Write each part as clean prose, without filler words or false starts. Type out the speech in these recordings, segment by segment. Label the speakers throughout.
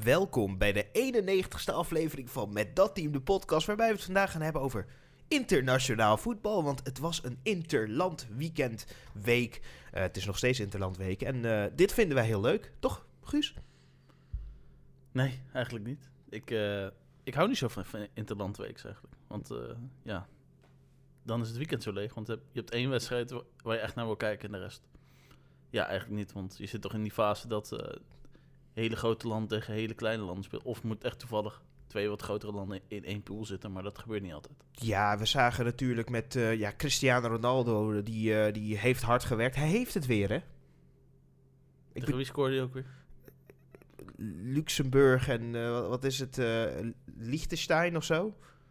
Speaker 1: welkom bij de 91ste aflevering van Met Dat Team, de podcast, waarbij we het vandaag gaan hebben over internationaal voetbal, want het was een interland weekendweek. Het is nog steeds interlandweek en dit vinden wij heel leuk, toch Guus?
Speaker 2: Nee, eigenlijk niet. Ik hou niet zo van interlandweeks eigenlijk, want dan is het weekend zo leeg, want je hebt één wedstrijd waar je echt naar wil kijken en de rest. Ja, eigenlijk niet, want je zit toch in die fase dat hele grote landen tegen hele kleine landen spelen. Of moet echt toevallig 2 wat grotere landen in één pool zitten, maar dat gebeurt niet altijd.
Speaker 1: Ja, we zagen natuurlijk met Cristiano Ronaldo, die heeft hard gewerkt. Hij heeft het weer, hè?
Speaker 2: Tegen wie scoorde hij ook weer?
Speaker 1: Luxemburg en wat is het? Liechtenstein of zo?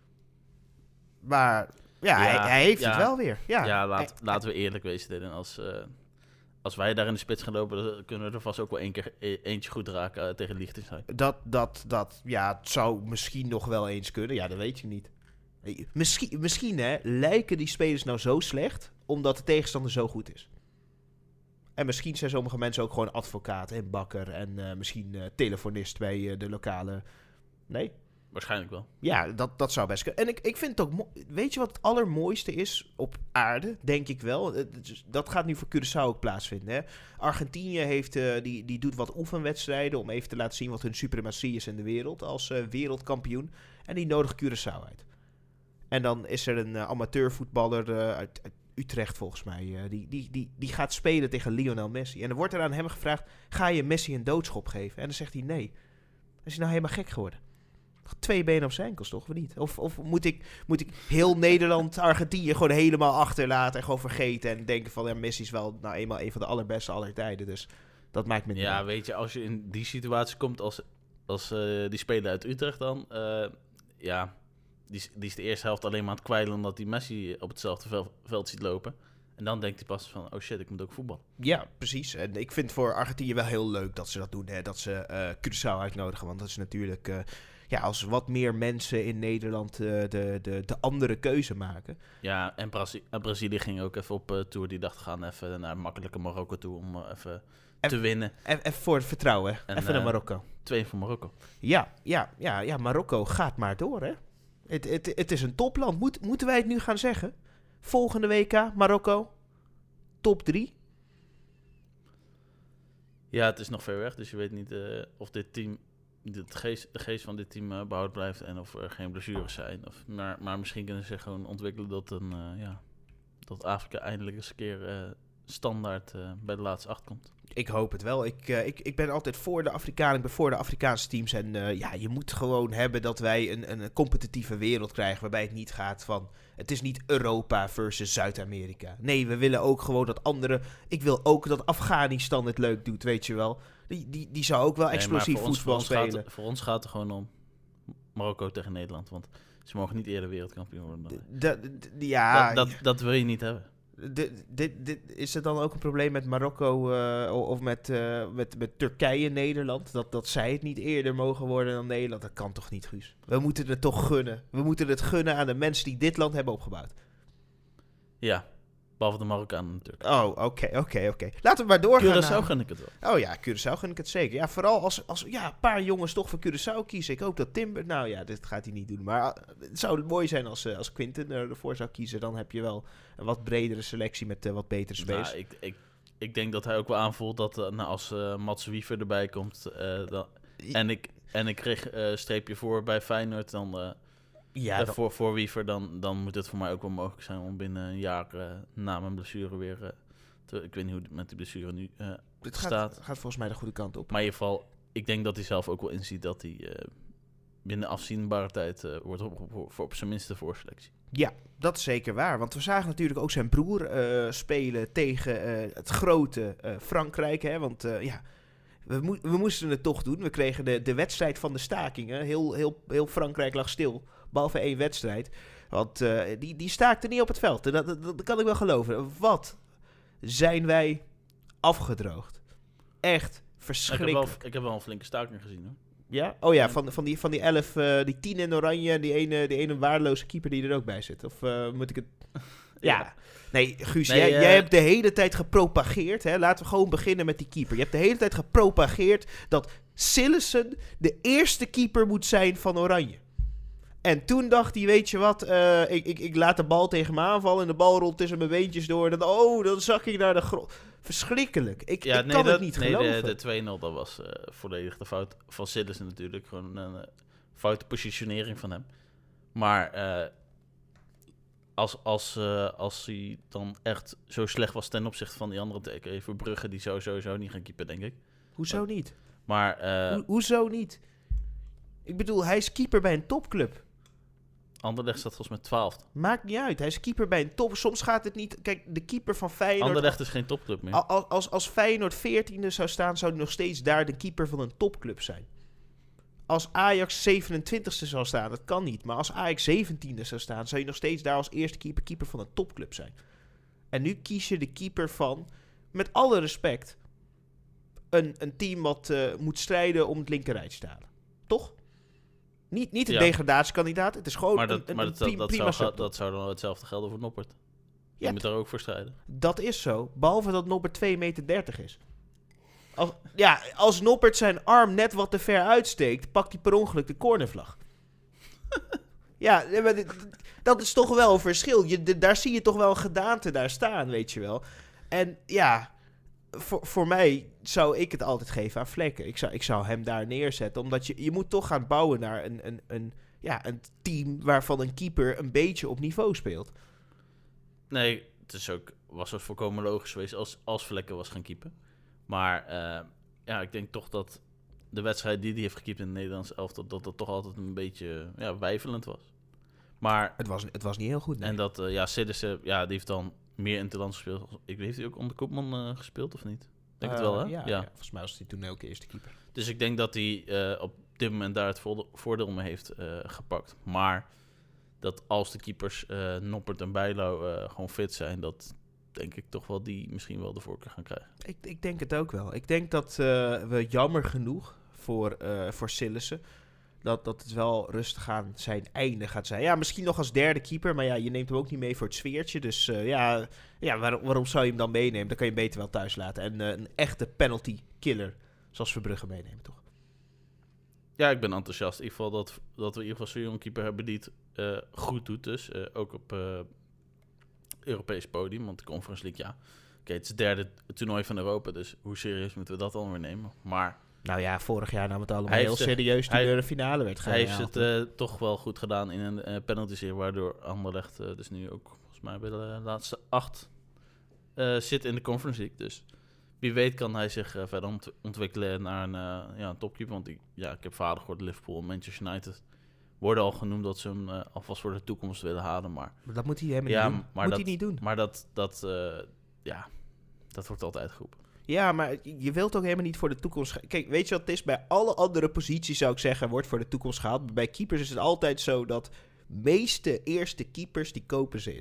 Speaker 1: Maar ja, hij heeft het wel weer. Ja,
Speaker 2: laten we eerlijk wezen, Dylan. Als wij daar in de spits gaan lopen, dan kunnen we er vast ook wel eentje goed raken tegen Liechtenstein.
Speaker 1: Het zou misschien nog wel eens kunnen. Ja, dat weet je niet. Misschien hè, lijken die spelers nou zo slecht, omdat de tegenstander zo goed is. En misschien zijn sommige mensen ook gewoon advocaat en bakker en misschien telefonist bij de lokale... Nee?
Speaker 2: Waarschijnlijk wel.
Speaker 1: Ja, dat zou best kunnen. En ik vind het ook... Weet je wat het allermooiste is op aarde? Denk ik wel. Dat gaat nu voor Curaçao ook plaatsvinden. Hè? Argentinië heeft, die doet wat oefenwedstrijden om even te laten zien wat hun suprematie is in de wereld als wereldkampioen. En die nodigt Curaçao uit. En dan is er een amateurvoetballer uit Utrecht volgens mij. Die gaat spelen tegen Lionel Messi. En dan wordt er aan hem gevraagd, ga je Messi een doodschop geven? En dan zegt hij nee. Is hij nou helemaal gek geworden? 2 benen op zijn enkels, toch? Of niet? Of moet ik heel Nederland, Argentinië gewoon helemaal achterlaten en gewoon vergeten en denken van, ja, Messi is wel nou eenmaal een van de allerbeste aller tijden. Dus dat maakt me niet uit.
Speaker 2: Weet je, als je in die situatie komt als die speler uit Utrecht dan, die is de eerste helft alleen maar aan het kwijlen omdat hij Messi op hetzelfde veld ziet lopen. En dan denkt hij pas van, oh shit, ik moet ook voetballen.
Speaker 1: Ja, precies. En ik vind voor Argentinië wel heel leuk dat ze dat doen. Hè? Dat ze Curaçao uitnodigen. Want dat is natuurlijk... als wat meer mensen in Nederland de andere keuze maken.
Speaker 2: Ja, en Brazilië ging ook even op tour. Die dacht, gaan even naar makkelijke Marokko toe om even te winnen.
Speaker 1: En voor het vertrouwen. Even naar Marokko.
Speaker 2: 2 voor Marokko.
Speaker 1: Ja, Marokko gaat maar door, hè. Het is een topland. Moeten wij het nu gaan zeggen? Volgende WK, Marokko, top 3.
Speaker 2: Ja, het is nog ver weg, dus je weet niet of dit team, de geest van dit team behoud blijft en of er geen blessures zijn. Maar misschien kunnen ze zich gewoon ontwikkelen dat Afrika eindelijk eens een keer standaard bij de laatste 8 komt. Ik
Speaker 1: hoop het wel. Ik ben altijd voor de Afrikanen. Ik ben voor de Afrikaanse teams. En je moet gewoon hebben dat wij een competitieve wereld krijgen. Waarbij het niet gaat van... Het is niet Europa versus Zuid-Amerika. Nee, we willen ook gewoon dat andere... Ik wil ook dat Afghanistan het leuk doet, weet je wel. Die zou ook wel explosief voetbal spelen.
Speaker 2: Voor ons gaat het gewoon om Marokko tegen Nederland. Want ze mogen niet eerder wereldkampioen worden. Dat wil je niet hebben.
Speaker 1: Is er dan ook een probleem met Marokko of met Turkije, Nederland? Dat zij het niet eerder mogen worden dan Nederland? Dat kan toch niet, Guus? We moeten het toch gunnen. We moeten het gunnen aan de mensen die dit land hebben opgebouwd.
Speaker 2: Ja, behalve de Marokkanen natuurlijk.
Speaker 1: Oh, oké. Laten we maar doorgaan.
Speaker 2: Curaçao gun ik het wel.
Speaker 1: Oh ja, Curaçao gun ik het zeker. Ja, vooral als een paar jongens toch voor Curaçao kiezen. Ik hoop dat Timber... Nou ja, dit gaat hij niet doen. Maar het zou mooi zijn als Quinten ervoor zou kiezen. Dan heb je wel een wat bredere selectie met wat betere space.
Speaker 2: Nou, ik denk dat hij ook wel aanvoelt dat als Mats Wiever erbij komt... en ik kreeg streepje voor bij Feyenoord... dan voor Wiever, dan moet het voor mij ook wel mogelijk zijn... om binnen een jaar na mijn blessure weer... ik weet niet hoe het met die blessure nu staat.
Speaker 1: Het gaat volgens mij de goede kant op.
Speaker 2: Maar in ieder geval, ik denk dat hij zelf ook wel inziet... dat hij binnen afzienbare tijd wordt voor op zijn minste voorselectie.
Speaker 1: Ja, dat is zeker waar. Want we zagen natuurlijk ook zijn broer spelen tegen het grote Frankrijk. Hè? Want we moesten het toch doen. We kregen de wedstrijd van de stakingen. Heel Frankrijk lag stil, behalve 1 wedstrijd. Want die staakte niet op het veld. Dat kan ik wel geloven. Wat zijn wij afgedroogd. Echt verschrikkelijk.
Speaker 2: Ik heb wel een flinke staking gezien, hoor.
Speaker 1: Ja? Oh ja, van die 11, die 10 in oranje, die ene waardeloze keeper die er ook bij zit. Of moet ik het... Ja. Nee, Guus,
Speaker 2: Nee,
Speaker 1: jij hebt de hele tijd gepropageerd. Hè? Laten we gewoon beginnen met die keeper. Je hebt de hele tijd gepropageerd dat Cillessen de eerste keeper moet zijn van Oranje. En toen dacht hij, weet je wat, ik laat de bal tegen me aanvallen en de bal rolt tussen mijn beentjes door. En dan zak ik naar de grond. Verschrikkelijk. Ik kan het niet geloven.
Speaker 2: De 2-0, dat was volledig de fout van Cillessen natuurlijk. Gewoon een foute positionering van hem. Maar als hij dan echt zo slecht was ten opzichte van die andere teken, Verbrugge, die zou sowieso niet gaan keeper, denk ik.
Speaker 1: Hoezo niet?
Speaker 2: Maar
Speaker 1: hoezo niet? Ik bedoel, hij is keeper bij een topclub.
Speaker 2: Anderlecht staat volgens mij 12.
Speaker 1: Maakt niet uit. Hij is keeper bij een top. Soms gaat het niet. Kijk, de keeper van Feyenoord.
Speaker 2: Anderlecht is geen topclub meer.
Speaker 1: Als Feyenoord 14e zou staan, zou hij nog steeds daar de keeper van een topclub zijn. Als Ajax 27e zou staan, dat kan niet. Maar als Ajax 17e zou staan, zou je nog steeds daar als eerste keeper van een topclub zijn. En nu kies je de keeper van, met alle respect, een team wat moet strijden om het linkerrijtje te halen. Toch? Niet een degradatiekandidaat. Het is gewoon
Speaker 2: dat zou dan hetzelfde gelden voor Noppert. Je moet daar ook voor strijden.
Speaker 1: Dat is zo. Behalve dat Noppert 2,30 meter is. Als Noppert zijn arm net wat te ver uitsteekt, pakt hij per ongeluk de cornervlag. Ja, dat is toch wel een verschil. Daar zie je toch wel een gedaante daar staan, weet je wel. En ja, voor mij zou ik het altijd geven aan Vlekken. Ik zou hem daar neerzetten. Omdat je moet toch gaan bouwen naar een team waarvan een keeper een beetje op niveau speelt.
Speaker 2: Nee, was het volkomen logisch geweest als Vlekken was gaan keepen. Maar ik denk toch dat de wedstrijd die hij heeft gekiept in het Nederlands elftal, dat toch altijd een beetje weifelend was. Maar
Speaker 1: het was niet heel goed. Nee.
Speaker 2: En dat Cillessen, die heeft dan meer in het land gespeeld. Heeft hij ook onder Koopman gespeeld of niet? Denk het wel, hè?
Speaker 1: Ja, volgens mij was hij toen ook eerste keeper.
Speaker 2: Dus ik denk dat hij op dit moment daar het voordeel mee heeft gepakt. Maar dat als de keepers Noppert en Bijlo gewoon fit zijn, dat denk ik toch wel die misschien wel de voorkeur gaan krijgen.
Speaker 1: Ik denk het ook wel. Ik denk dat we jammer genoeg voor Cillessen, dat het wel rustig aan zijn einde gaat zijn. Ja, misschien nog als derde keeper, maar ja, je neemt hem ook niet mee voor het sfeertje. Dus waarom zou je hem dan meenemen? Dan kan je hem beter wel thuis laten. En een echte penalty killer, zoals Verbrugge meenemen, toch?
Speaker 2: Ja, ik ben enthousiast. In ieder geval dat we in ieder geval zo'n jonge keeper hebben die het goed doet. Dus ook op Europees podium, want de Conference League, ja. Oké, het is het derde toernooi van Europa, dus hoe serieus moeten we dat dan weer nemen? Maar
Speaker 1: nou ja, vorig jaar nam het allemaal heel serieus toen er een finale werd gehaald.
Speaker 2: Hij heeft het toch wel goed gedaan in een penalty-serie, waardoor Anderlecht dus nu ook volgens mij bij de laatste 8 zit in de Conference League. Dus wie weet kan hij zich verder ontwikkelen naar een topkeeper. Want ik heb vader gehoord, Liverpool en Manchester United worden al genoemd dat ze hem alvast voor de toekomst willen halen. Maar
Speaker 1: dat moet hij helemaal niet doen. Hij niet doen.
Speaker 2: Maar dat wordt altijd geroepen.
Speaker 1: Ja, maar je wilt ook helemaal niet voor de toekomst. Kijk, weet je wat het is? Bij alle andere posities zou ik zeggen, wordt voor de toekomst gehaald. Bij keepers is het altijd zo dat meeste eerste keepers, die kopen ze in.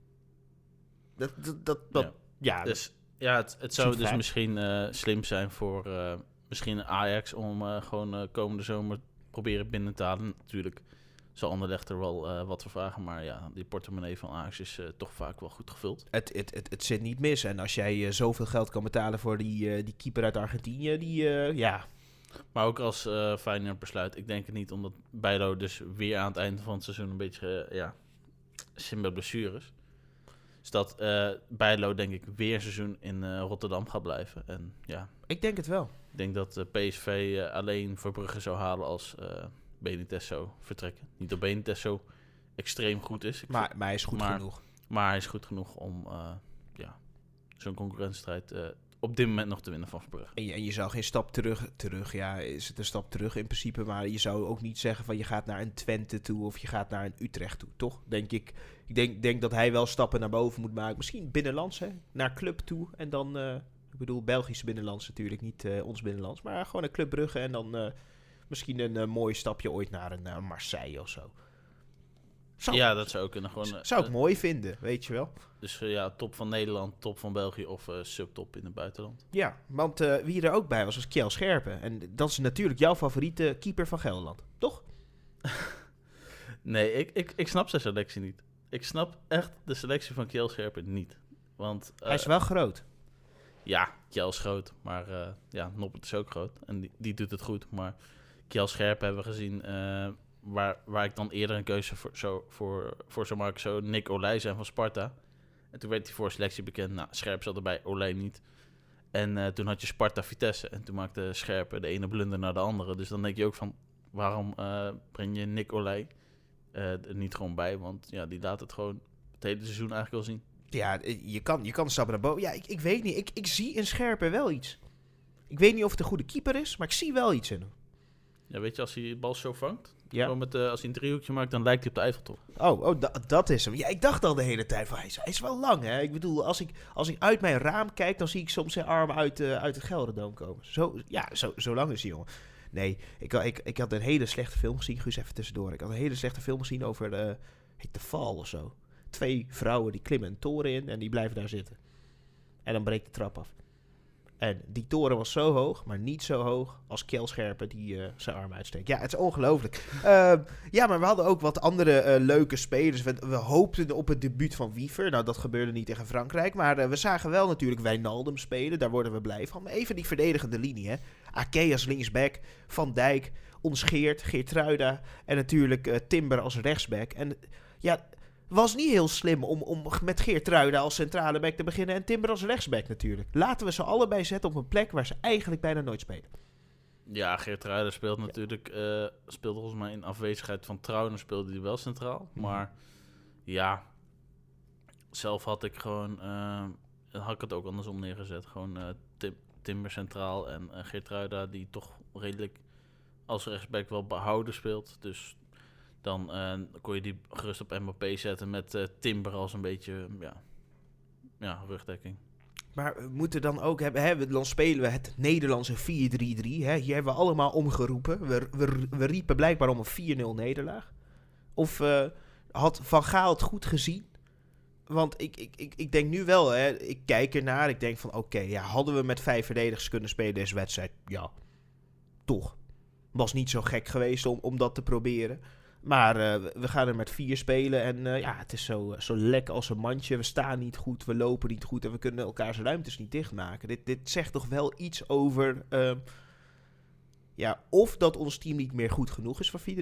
Speaker 2: Dus ja, het zou dus misschien slim zijn voor misschien Ajax om gewoon komende zomer proberen binnen te halen. Natuurlijk zal Anderlecht er wel wat voor vragen, maar ja, die portemonnee van Ajax is toch vaak wel goed gevuld.
Speaker 1: Het zit niet mis. En als jij zoveel geld kan betalen voor die keeper uit Argentinië,
Speaker 2: Maar ook als Feyenoord besluit, ik denk het niet, omdat Bijlo dus weer aan het einde van het seizoen een beetje zit met blessures. Dus dat Bijlo denk ik weer een seizoen in Rotterdam gaat blijven. En ja,
Speaker 1: ik denk het wel.
Speaker 2: Ik denk dat PSV alleen Verbrugge zou halen als Benitez zou vertrekken. Niet dat Benitez zo extreem goed is.
Speaker 1: Maar hij is goed genoeg.
Speaker 2: Maar hij is goed genoeg om zo'n concurrentiestrijd op dit moment nog te winnen van Verbrugge.
Speaker 1: En je zou geen stap terug, ja, is het een stap terug in principe, maar je zou ook niet zeggen van je gaat naar een Twente toe of je gaat naar een Utrecht toe, toch? Denk ik. Ik denk dat hij wel stappen naar boven moet maken. Misschien binnenlands, hè? Naar club toe en dan, ik bedoel Belgische binnenlands natuurlijk, niet ons binnenlands, maar gewoon naar Club Brugge en dan misschien een mooi stapje ooit naar een Marseille of zo.
Speaker 2: Dat zou kunnen.
Speaker 1: Zou ik mooi vinden, weet je wel.
Speaker 2: Dus top van Nederland, top van België of subtop in het buitenland.
Speaker 1: Ja, want wie er ook bij was Kjell Scherpen. En dat is natuurlijk jouw favoriete keeper van Gelderland, toch?
Speaker 2: Nee, ik snap zijn selectie niet. ik snap echt de selectie van Kjell Scherpen niet. Want,
Speaker 1: Hij is wel groot.
Speaker 2: Ja, Kjell is groot. Maar Noppert is ook groot. En die doet het goed. Maar Kjell Scherpen hebben we gezien... waar ik dan eerder een keuze voor zou maken... zou Nick Olij zijn van Sparta. En toen werd hij voor selectie bekend. Nou, Scherpen zat erbij, Olij niet. En toen had je Sparta-Vitesse. En toen maakte Scherpen de ene blunder naar de andere. Dus dan denk je ook van... waarom breng je Nick Olij er niet gewoon bij? Want ja, die laat het gewoon het hele seizoen eigenlijk wel zien.
Speaker 1: Ja, je kan stappen naar boven. Ja, ik weet niet. Ik zie in Scherpen wel iets. Ik weet niet of het een goede keeper is, maar ik zie wel iets in hem.
Speaker 2: Ja, weet je, als hij de bal zo vangt...
Speaker 1: Ja.
Speaker 2: Als hij een driehoekje maakt, dan lijkt hij op de Eiffeltoren.
Speaker 1: Dat is hem. Ja, ik dacht al de hele tijd van, hij is wel lang, hè. Ik bedoel, als ik uit mijn raam kijk, dan zie ik soms zijn armen uit het Gelderdoom komen. Zo lang is die jongen. Nee, ik had een hele slechte film gezien. Guus, even tussendoor. Ik had een hele slechte film gezien over heet de Val of zo. 2 vrouwen die klimmen een toren in en die blijven daar zitten. En dan breekt de trap af. En die toren was zo hoog, maar niet zo hoog als Kjell Scherpen die zijn arm uitsteekt. Ja, het is ongelooflijk. Ja, maar we hadden ook wat andere leuke spelers. We hoopten op het debuut van Wiever. Nou, dat gebeurde niet tegen Frankrijk. Maar we zagen wel natuurlijk Wijnaldum spelen. Daar worden we blij van. Maar even die verdedigende linie, hè. Ake als linksback, Van Dijk, ons Geertruida en natuurlijk Timber als rechtsback. En ja... was niet heel slim om met Geertruida als centrale back te beginnen en Timber als rechtsback natuurlijk. Laten we ze allebei zetten op een plek waar ze eigenlijk bijna nooit spelen.
Speaker 2: Ja, Geertruida speelt natuurlijk... speelde volgens mij in afwezigheid van Trouwen, speelde hij wel centraal. Maar ja, zelf had ik gewoon... had ik het ook andersom neergezet. Gewoon Timber centraal en Geertruida die toch redelijk als rechtsback wel behouden speelt. Dus... Dan kon je die gerust op Mbappé zetten met Timber als een beetje rugdekking. Maar
Speaker 1: we moeten dan ook hebben, dan spelen we het Nederlandse 4-3-3. Hè? Hier hebben we allemaal omgeroepen. We riepen blijkbaar om een 4-0 nederlaag. Of had Van Gaal het goed gezien? Want ik denk nu wel, hè, ik kijk ernaar. Ik denk van oké, hadden we met 5 verdedigers kunnen spelen deze wedstrijd? Ja, toch. Was niet zo gek geweest om dat te proberen. Maar we gaan er met 4 spelen en het is zo lek als een mandje. We staan niet goed, we lopen niet goed en we kunnen elkaars ruimtes niet dichtmaken. Dit zegt toch wel iets over of dat ons team niet meer goed genoeg is voor 4-3-3?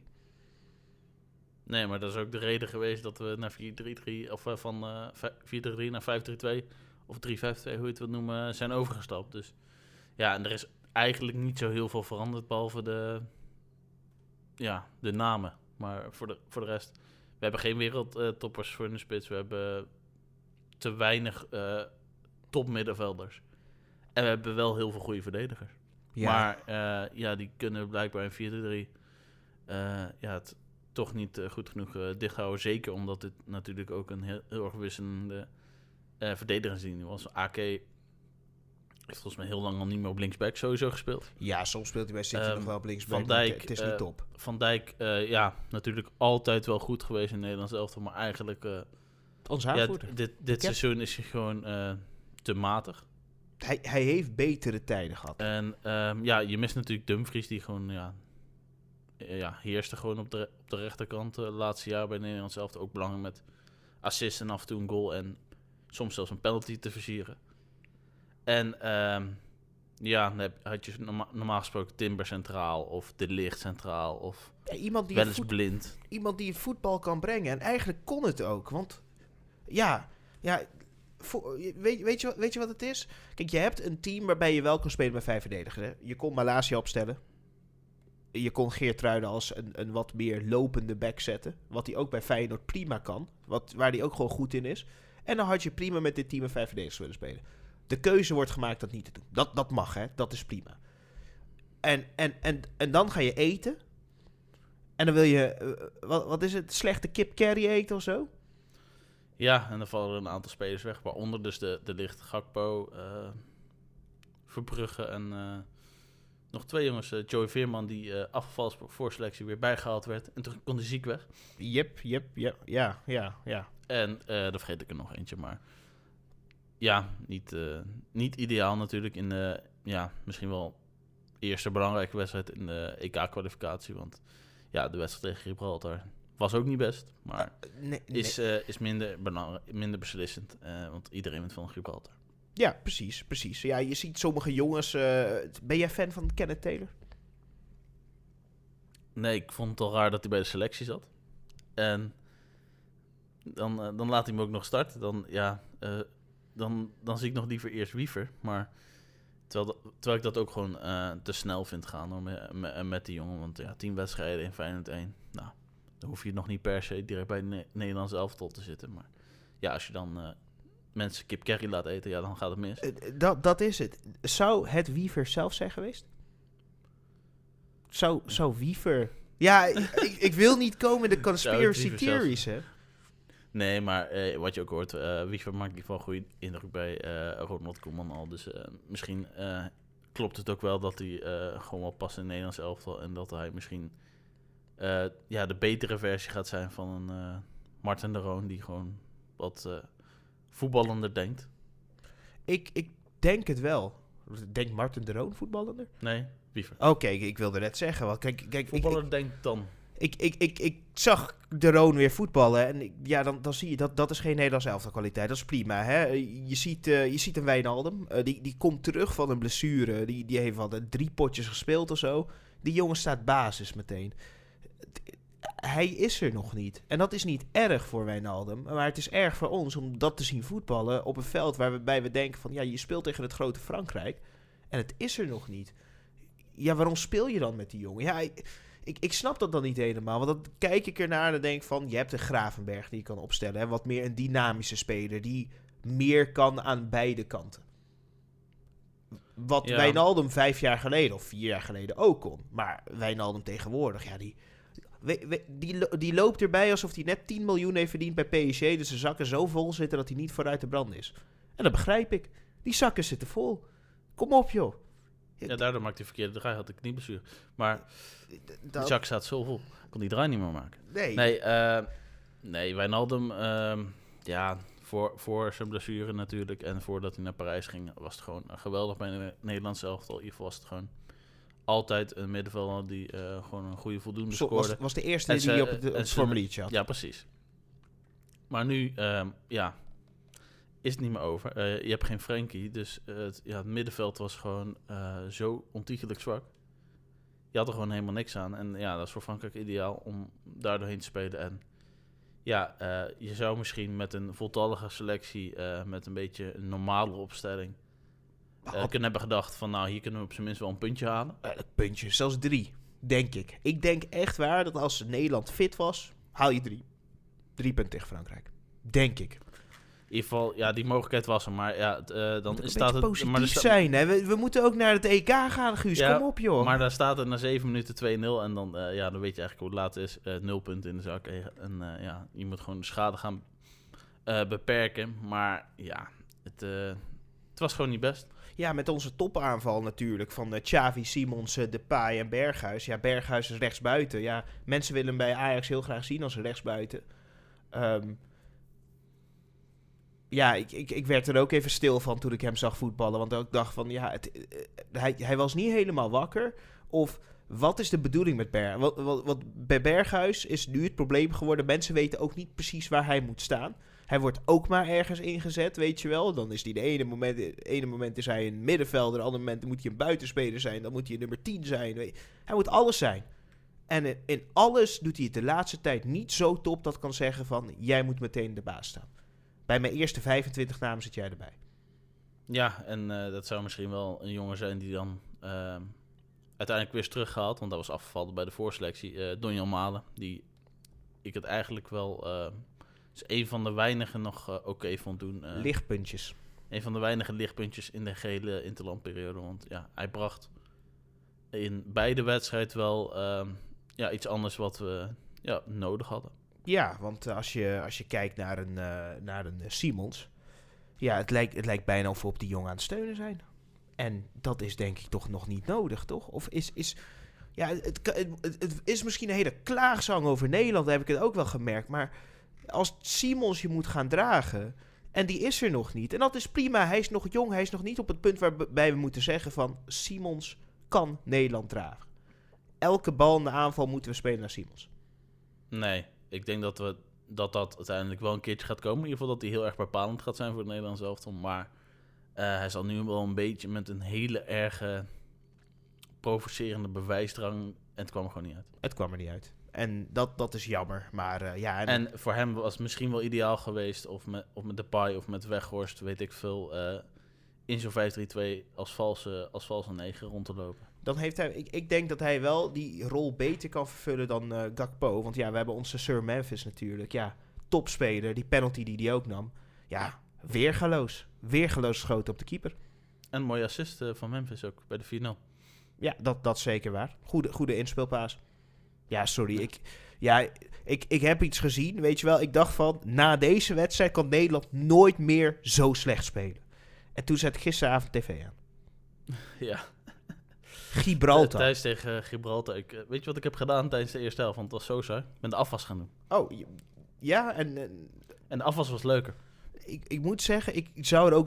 Speaker 2: Nee, maar dat is ook de reden geweest dat we naar 4-3-3 of van 4-3-3 naar 5-3-2 of 3-5-2, hoe je het wilt noemen, zijn overgestapt. Dus ja, en er is eigenlijk niet zo heel veel veranderd behalve de namen. Maar voor de rest... We hebben geen wereldtoppers voor in de spits. We hebben te weinig topmiddenvelders. En we hebben wel heel veel goede verdedigers. Ja. Maar die kunnen blijkbaar in 4-3 het toch niet goed genoeg dichthouden. Zeker omdat dit natuurlijk ook een heel erg wisselende verdedigerslinie was. Ake heeft volgens mij heel lang al niet meer op linksback sowieso gespeeld.
Speaker 1: Ja, soms speelt hij bij City nog wel op linksback.
Speaker 2: Van Dijk,
Speaker 1: het is niet top.
Speaker 2: Van Dijk, natuurlijk altijd wel goed geweest in Nederland zelf, maar eigenlijk...
Speaker 1: Onze aanvoerder.
Speaker 2: Dit seizoen is hij gewoon te matig.
Speaker 1: Hij heeft betere tijden gehad.
Speaker 2: En je mist natuurlijk Dumfries, die gewoon heerste gewoon op de rechterkant laatste jaar bij Nederland zelf. Ook belangrijk met assists en af en toe een goal en soms zelfs een penalty te versieren. En dan had je normaal gesproken Timber centraal of De Ligt centraal of
Speaker 1: iemand die
Speaker 2: wel eens blind.
Speaker 1: Iemand die het voetbal kan brengen. En eigenlijk kon het ook. Want weet je wat het is? Kijk, je hebt een team waarbij je wel kan spelen met 5 verdedigers. Hè? Je kon Malasia opstellen. Je kon Geertruida als een wat meer lopende back zetten. Wat hij ook bij Feyenoord prima kan. Waar hij ook gewoon goed in is. En dan had je prima met dit team met 5 verdedigers willen spelen. De keuze wordt gemaakt dat niet te doen. Dat mag, hè. Dat is prima. En dan ga je eten. En dan wil je... wat is het? Slechte kip curry eten of zo?
Speaker 2: Ja, en dan vallen er een aantal spelers weg. Waaronder dus de Ligt, Gakpo, Verbrugge en nog 2 jongens. Joey Veerman, die afvals voor selectie weer bijgehaald werd. En toen kon hij ziek weg.
Speaker 1: Yep. Ja.
Speaker 2: En daar vergeet ik er nog eentje, maar... Ja, niet ideaal natuurlijk in de, misschien wel eerste belangrijke wedstrijd in de EK-kwalificatie. Want de wedstrijd tegen Gibraltar Was ook niet best, maar
Speaker 1: Nee.
Speaker 2: is minder beslissend. Want iedereen wint van Gibraltar.
Speaker 1: Ja, precies. Ja, je ziet sommige jongens... ben jij fan van Kenneth Taylor?
Speaker 2: Nee, ik vond het al raar dat hij bij de selectie zat. En dan laat hij me ook nog starten. Dan zie ik nog liever eerst Wiever. Maar terwijl ik dat ook gewoon te snel vind gaan hoor, met die jongen. Want 10 wedstrijden in Feyenoord 1. Nou, dan hoef je nog niet per se direct bij het Nederlandse elftal te zitten. Maar ja, als je dan mensen kip curry laat eten, ja, dan gaat het mis.
Speaker 1: Dat is het. Zou het Wiever zelf zijn geweest? Zou Wiever... Ja, ik wil niet komen in de conspiracy theories, hè?
Speaker 2: Nee, maar wat je ook hoort, Wiever maakt in ieder geval een goede indruk bij Ronald Koeman al. Dus misschien klopt het ook wel dat hij gewoon wel past in het Nederlands elftal. En dat hij misschien de betere versie gaat zijn van een Martin de Roon, die gewoon wat voetballender denkt. Ik
Speaker 1: denk het wel. Denkt Martin de Roon voetballender?
Speaker 2: Nee, Wiever.
Speaker 1: Oké, ik wilde net zeggen. Want kijk,
Speaker 2: voetballer denkt dan.
Speaker 1: Ik zag de Roon weer voetballen. En dan zie je dat is geen Nederlands elftal kwaliteit. Dat is prima. Hè? Je ziet een Wijnaldum. Die komt terug van een blessure. Die heeft al 3 potjes gespeeld of zo. Die jongen staat basis meteen. Hij is er nog niet. En dat is niet erg voor Wijnaldum. Maar het is erg voor ons om dat te zien voetballen op een veld waarbij we denken van... Ja, je speelt tegen het grote Frankrijk. En het is er nog niet. Ja, waarom speel je dan met die jongen? Ja, ik snap dat dan niet helemaal. Want dan kijk ik ernaar en dan denk ik van... Je hebt een Gravenberg die je kan opstellen. Hè? Wat meer een dynamische speler. Die meer kan aan beide kanten. Wat Wijnaldum 5 jaar geleden of 4 jaar geleden ook kon. Maar Wijnaldum tegenwoordig, ja, die loopt erbij alsof hij net 10 miljoen heeft verdiend bij PSG. Dus zijn zakken zo vol zitten dat hij niet vooruit te branden is. En dat begrijp ik. Die zakken zitten vol. Kom op, joh.
Speaker 2: Ja, daardoor maakt hij verkeerde draai, had ik niet bestuur. Maar de zak staat zo vol. Ik kon die draai niet meer maken. Nee, Wijnaldum, voor zijn blessure natuurlijk en voordat hij naar Parijs ging, was het gewoon geweldig bij een Nederlands elftal. In ieder geval was het gewoon altijd een middenvelder die gewoon een goede voldoende scoorde.
Speaker 1: Was de eerste die op het formuliertje had.
Speaker 2: Ja, precies. Maar nu, is het niet meer over. Je hebt geen Frenkie, dus het middenveld was gewoon zo ontiegelijk zwak. Je had er gewoon helemaal niks aan. En ja, dat is voor Frankrijk ideaal om daar doorheen te spelen. En ja, je zou misschien met een voltallige selectie, met een beetje een normale opstelling, kunnen hebben gedacht van, nou, hier kunnen we op zijn minst wel een puntje halen.
Speaker 1: Een puntje, zelfs 3, denk ik. Ik denk echt waar dat als Nederland fit was, haal je 3. 3 punten tegen Frankrijk. Denk ik.
Speaker 2: In ieder geval, ja, die mogelijkheid was er. Maar ja, dan staat het...
Speaker 1: positief zijn, hè? We moeten ook naar het EK gaan, Guus.
Speaker 2: Ja,
Speaker 1: kom op, joh.
Speaker 2: Maar daar staat het na 7 minuten 2-0. En dan, dan weet je eigenlijk hoe het laat is. 0 punten in de zak. En je moet gewoon de schade gaan beperken. Maar ja, het was gewoon niet best.
Speaker 1: Ja, met onze topaanval natuurlijk. Van Xavi, Simons, Depay en Berghuis. Ja, Berghuis is rechtsbuiten. Ja, mensen willen hem bij Ajax heel graag zien als een rechtsbuiten. Ja, ik werd er ook even stil van toen ik hem zag voetballen. Want ik dacht van, ja, hij was niet helemaal wakker. Of wat is de bedoeling met Berghuis? Wat bij Berghuis is nu het probleem geworden. Mensen weten ook niet precies waar hij moet staan. Hij wordt ook maar ergens ingezet, weet je wel. Dan is hij de ene moment is hij een middenvelder. De andere moment moet hij een buitenspeler zijn. Dan moet hij een nummer 10 zijn. Hij moet alles zijn. En in alles doet hij het de laatste tijd niet zo top dat kan zeggen van, jij moet meteen de baas staan. Bij mijn eerste 25 namen zit jij erbij.
Speaker 2: Ja, en dat zou misschien wel een jongen zijn die dan uiteindelijk weer is teruggehaald. Want dat was afgevallen bij de voorselectie. Donjan Malen, die ik het eigenlijk wel... is een van de weinigen nog oké vond doen.
Speaker 1: Lichtpuntjes.
Speaker 2: Een van de weinige lichtpuntjes in de gehele interlandperiode. Want ja, hij bracht in beide wedstrijden wel iets anders wat we nodig hadden.
Speaker 1: Ja, want als je kijkt naar een Simons... Ja, het lijkt bijna of we op die jongen aan het steunen zijn. En dat is denk ik toch nog niet nodig, toch? Of ja, het is misschien een hele klaagzang over Nederland, heb ik het ook wel gemerkt. Maar als Simons je moet gaan dragen... en die is er nog niet... en dat is prima, hij is nog jong... hij is nog niet op het punt waarbij we moeten zeggen van... Simons kan Nederland dragen. Elke bal in de aanval moeten we spelen naar Simons.
Speaker 2: Nee, ik denk dat uiteindelijk wel een keertje gaat komen. In ieder geval dat hij heel erg bepalend gaat zijn voor het Nederlands elftal. Maar hij zal nu wel een beetje met een hele erge provocerende bewijsdrang. En het kwam er gewoon niet uit.
Speaker 1: Het kwam er niet uit. En dat is jammer. Maar ja...
Speaker 2: En voor hem was het misschien wel ideaal geweest. Of met Depay of met Weghorst, weet ik veel. In zo'n 5-3-2 als valse 9 rond te lopen.
Speaker 1: Dan heeft hij... Ik denk dat hij wel die rol beter kan vervullen dan Gakpo. Want ja, we hebben onze Sir Memphis natuurlijk. Ja, topspeler. Die penalty die hij ook nam. Ja, weergaloos. Weergaloos schoten op de keeper.
Speaker 2: En een mooie assist van Memphis ook bij de 4-0.
Speaker 1: Ja, dat is zeker waar. Goede inspeelpaas. Ja, sorry. Ik heb iets gezien, weet je wel. Ik dacht van, na deze wedstrijd kan Nederland nooit meer zo slecht spelen. En toen zet ik gisteravond tv aan.
Speaker 2: Ja.
Speaker 1: Gibraltar.
Speaker 2: Thuis tegen Gibraltar. Weet je wat ik heb gedaan tijdens de eerste helft? Want het was zo saai. Ik ben de afwas gaan doen.
Speaker 1: Oh, ja. En
Speaker 2: de afwas was leuker.
Speaker 1: Ik moet zeggen, ik zou er ook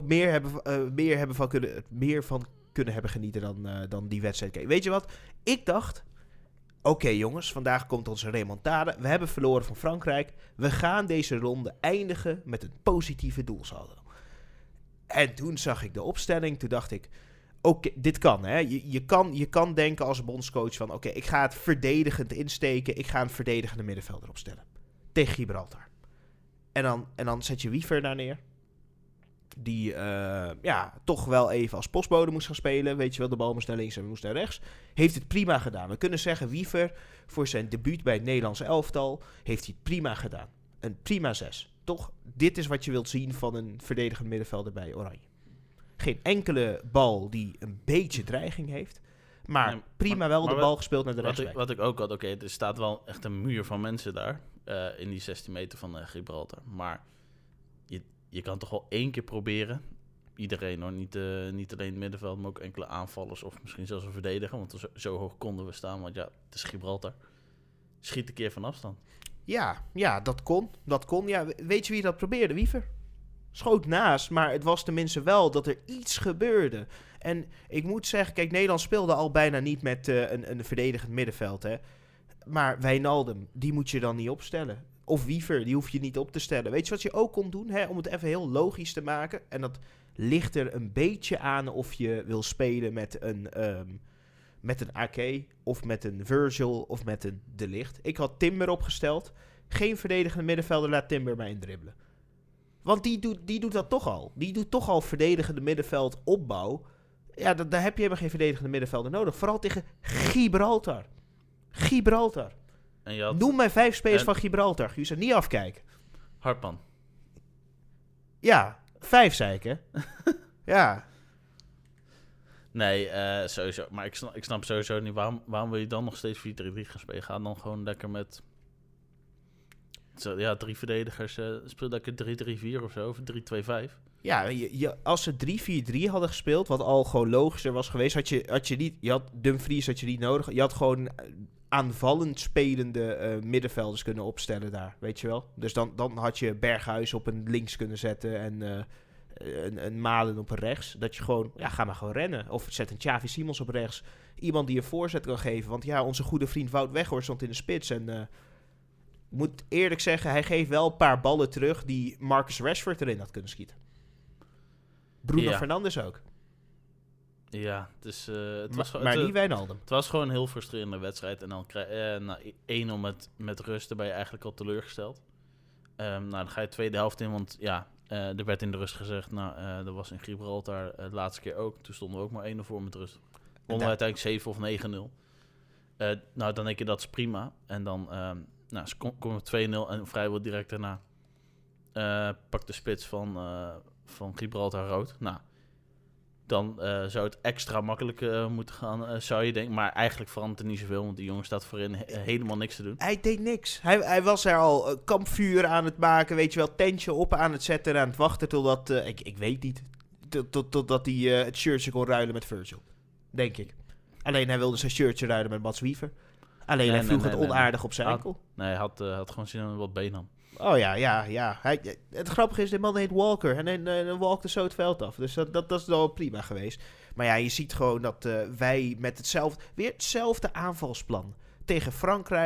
Speaker 1: meer van kunnen hebben genieten dan die wedstrijd. Kijk, weet je wat? Ik dacht... Oké, jongens, vandaag komt onze remontade. We hebben verloren van Frankrijk. We gaan deze ronde eindigen met een positieve doelsaldo. En toen zag ik de opstelling. Toen dacht ik, oké, dit kan. Hè? Je kan denken als bondscoach van... Oké, ik ga het verdedigend insteken. Ik ga een verdedigende middenvelder opstellen. Tegen Gibraltar. En dan zet je Wiever daar neer. Die toch wel even als postbode moest gaan spelen. Weet je wel, de bal moest naar links en moest naar rechts. Heeft het prima gedaan. We kunnen zeggen, Wiever voor zijn debuut bij het Nederlandse elftal heeft hij het prima gedaan. Een prima 6. Toch, dit is wat je wilt zien van een verdedigend middenvelder bij Oranje. Geen enkele bal die een beetje dreiging heeft. Maar nee, prima wel de bal gespeeld naar de rechtsback.
Speaker 2: Wat ik ook had, oké, er staat wel echt een muur van mensen daar. In die 16 meter van Gibraltar. Maar... Je kan toch wel 1 keer proberen. Iedereen hoor, niet alleen het middenveld, maar ook enkele aanvallers of misschien zelfs een verdediger. Want zo hoog konden we staan, want ja, het is Gibraltar. Schiet een keer van afstand.
Speaker 1: Ja, dat kon. Ja, weet je wie dat probeerde? Wiever. Schoot naast, maar het was tenminste wel dat er iets gebeurde. En ik moet zeggen, kijk, Nederland speelde al bijna niet met een verdedigend middenveld. Hè. Maar Wijnaldum, die moet je dan niet opstellen. Of Wiever, die hoef je niet op te stellen. Weet je wat je ook kon doen? Hè? Om het even heel logisch te maken. En dat ligt er een beetje aan of je wil spelen met een AK... of met een Virgil of met een De Ligt. Ik had Timber opgesteld. Geen verdedigende middenvelder, laat Timber maar indribbelen. Want die doet dat toch al. Die doet toch al verdedigende middenveld opbouw. Ja, daar heb je helemaal geen verdedigende middenvelder nodig. Vooral tegen Gibraltar. Noem mij 5 spelers van Gibraltar. Je zou niet afkijken.
Speaker 2: Hartman.
Speaker 1: Ja, 5 zei ik, hè? Ja.
Speaker 2: Nee, sowieso. Maar ik snap sowieso niet waarom wil je dan nog steeds 4-3-3 gaan spelen. Ga dan gewoon lekker met 3 verdedigers. Speel lekker 3-3-4 of zo. Of 3-2-5.
Speaker 1: Ja, als ze 3-4-3 hadden gespeeld, wat al gewoon logischer was geweest, je had Dumfries had je niet nodig. Je had gewoon aanvallend spelende middenvelders kunnen opstellen daar, weet je wel. Dus dan had je Berghuis op een links kunnen zetten en een Malen op een rechts. Dat je gewoon, ga maar gewoon rennen. Of zet een Xavi Simons op rechts. Iemand die een voorzet kan geven. Want ja, onze goede vriend Wout Weghorst stond in de spits. En moet eerlijk zeggen, hij geeft wel een paar ballen terug die Marcus Rashford erin had kunnen schieten. Bruno Fernandes ook.
Speaker 2: Ja, dus,
Speaker 1: niet Wijnaldum.
Speaker 2: Het was gewoon een heel frustrerende wedstrijd. En dan na 1-0 met rust, ben je eigenlijk al teleurgesteld. Dan ga je de tweede helft in, want er werd in de rust gezegd, dat was in Gibraltar de laatste keer ook. Toen stonden we ook maar 1-0 voor met rust. Wonnen we uiteindelijk 7 of 9-0. Dan denk je dat is prima. En dan komen we 2-0 en vrijwel direct daarna pakt de spits van Gibraltar rood. Dan zou het extra makkelijk moeten gaan, zou je denken. Maar eigenlijk verandert er niet zoveel, want die jongen staat voorin helemaal niks te doen.
Speaker 1: Hij deed niks. Hij was er al kampvuur aan het maken, weet je wel, tentje op aan het zetten en aan het wachten totdat, ik weet niet, totdat hij het shirtje kon ruilen met Virgil. Denk ik. Alleen hij wilde zijn shirtje ruilen met Mats Wiever. Alleen hij vroeg het onaardig op zijn enkel.
Speaker 2: Nee, hij had gewoon zin in wat been aan.
Speaker 1: Oh ja. Het grappige is, de man heet Walker. En walkte zo het veld af. Dus dat is wel prima geweest. Maar ja, je ziet gewoon dat wij met hetzelfde aanvalsplan tegen Frankrijk